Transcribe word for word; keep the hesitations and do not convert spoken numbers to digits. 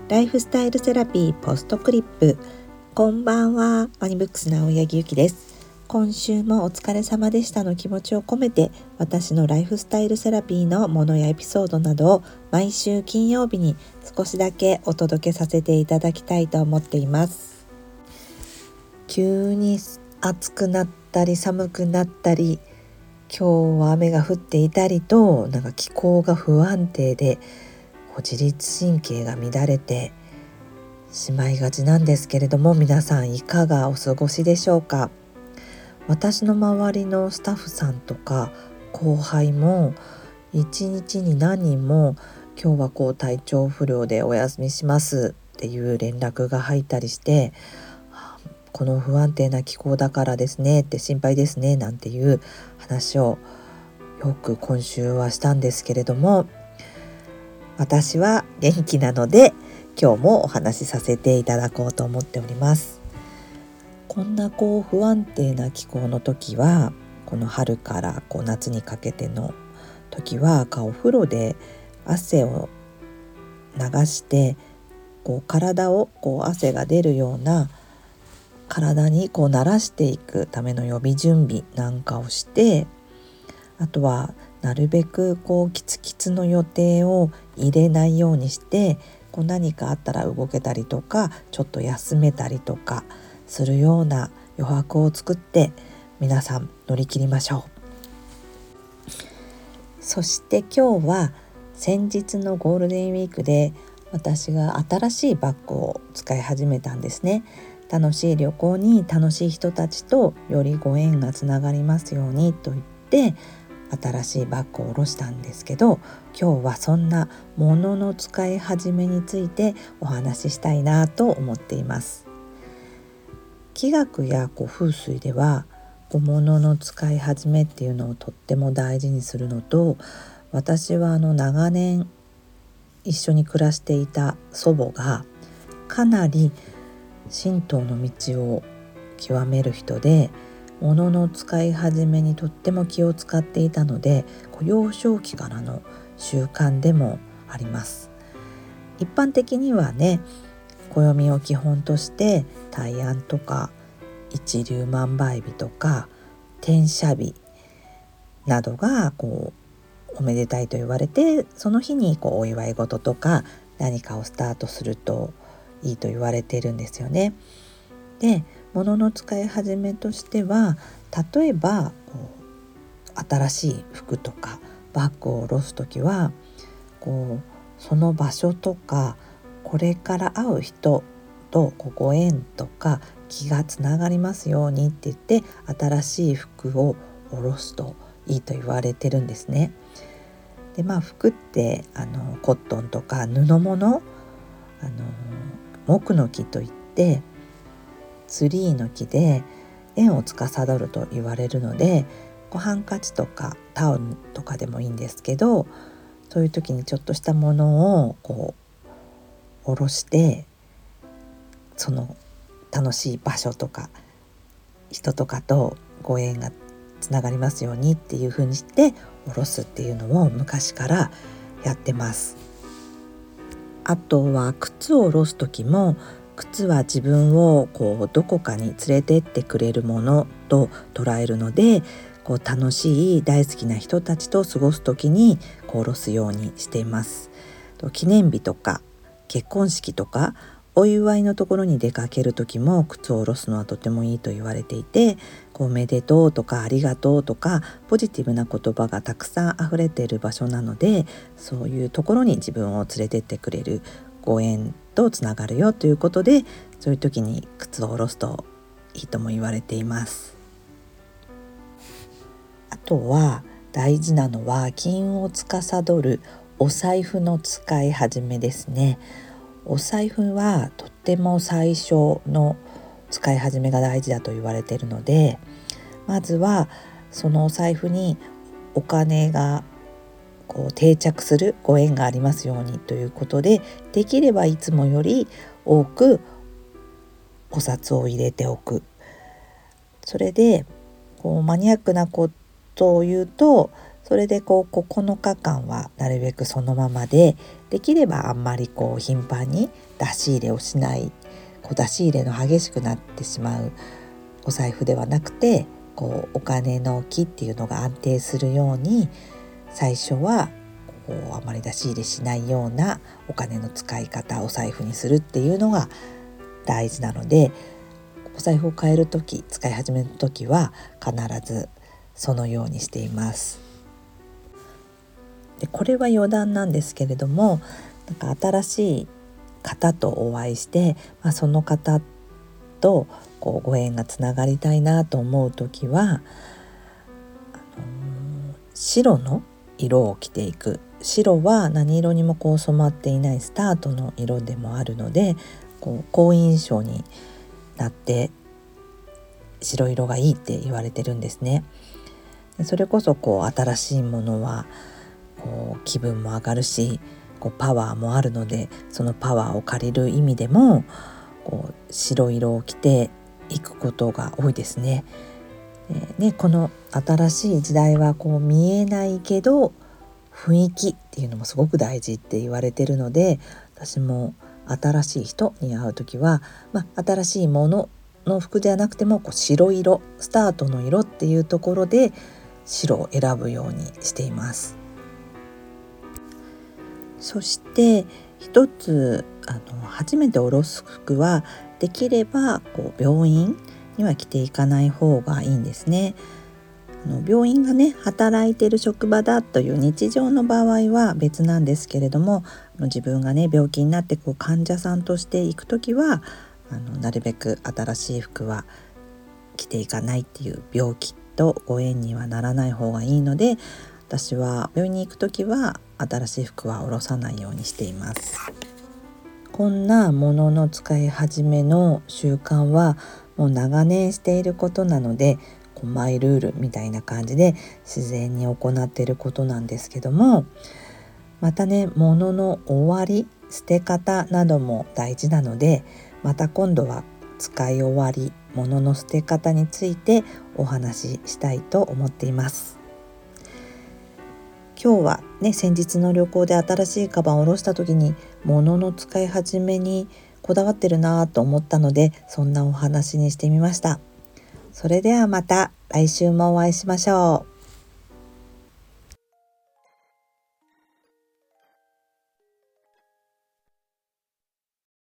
ライフスタイルセラピーポストクリップ。こんばんは、ワニブックスの青柳ゆきです。今週もお疲れ様でしたの気持ちを込めて、私のライフスタイルセラピーのものやエピソードなどを毎週金曜日に少しだけお届けさせていただきたいと思っています。急に暑くなったり寒くなったり、今日は雨が降っていたりと、なんか気候が不安定で自律神経が乱れてしまいがちなんですけれども、皆さんいかがお過ごしでしょうか。私の周りのスタッフさんとか後輩も一日に何人も今日はこう体調不良でお休みしますっていう連絡が入ったりして、この不安定な気候だからですねって心配ですねなんていう話をよく今週はしたんですけれども、私は元気なので今日もお話しさせていただこうと思っております。こんなこう不安定な気候の時は、この春からこう夏にかけての時はお風呂で汗を流してこう体をこう汗が出るような体にこう慣らしていくための予備準備なんかをして、あとはなるべくこうキツキツの予定を入れないようにして、こう何かあったら動けたりとかちょっと休めたりとかするような余白を作って皆さん乗り切りましょう。そして今日は先日のゴールデンウィークで私が新しいバッグを使い始めたんですね。楽しい旅行に楽しい人たちとよりご縁がつながりますようにと言って新しいバッグを下ろしたんですけど、今日はそんな物の使い始めについてお話ししたいなと思っています。気学やこう風水ではこう物の使い始めっていうのをとっても大事にするのと、私はあの長年一緒に暮らしていた祖母がかなり神道の道を極める人で、物の使い始めにとっても気を使っていたので、幼少期からの習慣でもあります。一般的にはね、暦を基本として大安とか一粒万倍日とか天赦日などがこうおめでたいと言われて、その日にこうお祝い事とか何かをスタートするといいと言われているんですよね。で、物の使い始めとしては、例えばこう新しい服とかバッグを下ろすときはこうその場所とかこれから会う人とこうご縁とか気がつながりますようにって言って新しい服を下ろすといいと言われてるんですね。で、まあ服ってあのコットンとか布物、あの木の木といってツリーの木で縁を司ると言われるので、こうハンカチとかタオルとかでもいいんですけど、そういう時にちょっとしたものをこう下ろして、その楽しい場所とか人とかとご縁がつながりますようにっていう風にして下ろすっていうのを昔からやってます。あとは靴を下ろす時も、靴は自分をこうどこかに連れてってくれるものと捉えるので、こう楽しい大好きな人たちと過ごす時にこう下ろすようにしています。記念日とか結婚式とかお祝いのところに出かける時も靴を下ろすのはとてもいいと言われていて、こうおめでとうとかありがとうとかポジティブな言葉がたくさん溢れている場所なので、そういうところに自分を連れてってくれるご縁とつながるよということで、そういう時に靴を下ろすといいとも言われています。あとは大事なのは金を司るお財布の使い始めですね。お財布はとっても最初の使い始めが大事だと言われているので、まずはそのお財布にお金がこう定着するご縁がありますようにということで、できればいつもより多くお札を入れておく。それでこうマニアックなことを言うと、 それでこうここのかかんはなるべくそのままで、できればあんまりこう頻繁に出し入れをしない、こう出し入れの激しくなってしまうお財布ではなくて、こうお金の木っていうのが安定するように、最初はこうあまり出し入れしないようなお金の使い方、お財布にするっていうのが大事なので、お財布を変える時、使い始める時は必ずそのようにしています。でこれは余談なんですけれども、なんか新しい方とお会いして、まあ、その方とこうご縁がつながりたいなと思う時は、あのー白の色を着ていく。白は何色にもこう染まっていないスタートの色でもあるので、こう好印象になって白色がいいって言われてるんですね。それこそこう新しいものはこう気分も上がるし、こうパワーもあるので、そのパワーを借りる意味でもこう白色を着ていくことが多いですね。でね、この新しい時代はこう見えないけど雰囲気っていうのもすごく大事って言われてるので、私も新しい人に会うときは、まあ、新しいものの服ではなくてもこう白色、スタートの色っていうところで白を選ぶようにしています。そして一つあの初めておろす服はできればこう病院には着ていかない方がいいんですね。あの病院がね働いている職場だという日常の場合は別なんですけれども、あの自分がね病気になってこう患者さんとして行くときはあのなるべく新しい服は着ていかないっていう、病気とご縁にはならない方がいいので、私は病院に行くときは新しい服は下ろさないようにしています。こんなものの使い始めの習慣はもう長年していることなので、こうマイルールみたいな感じで自然に行っていることなんですけども、またね物の終わり、捨て方なども大事なので、また今度は使い終わり、物の捨て方についてお話ししたいと思っています。今日はね、先日の旅行で新しいカバンを下ろした時に物の使い始めにこだわってるなと思ったので、そんなお話にしてみました。それではまた来週もお会いしましょう。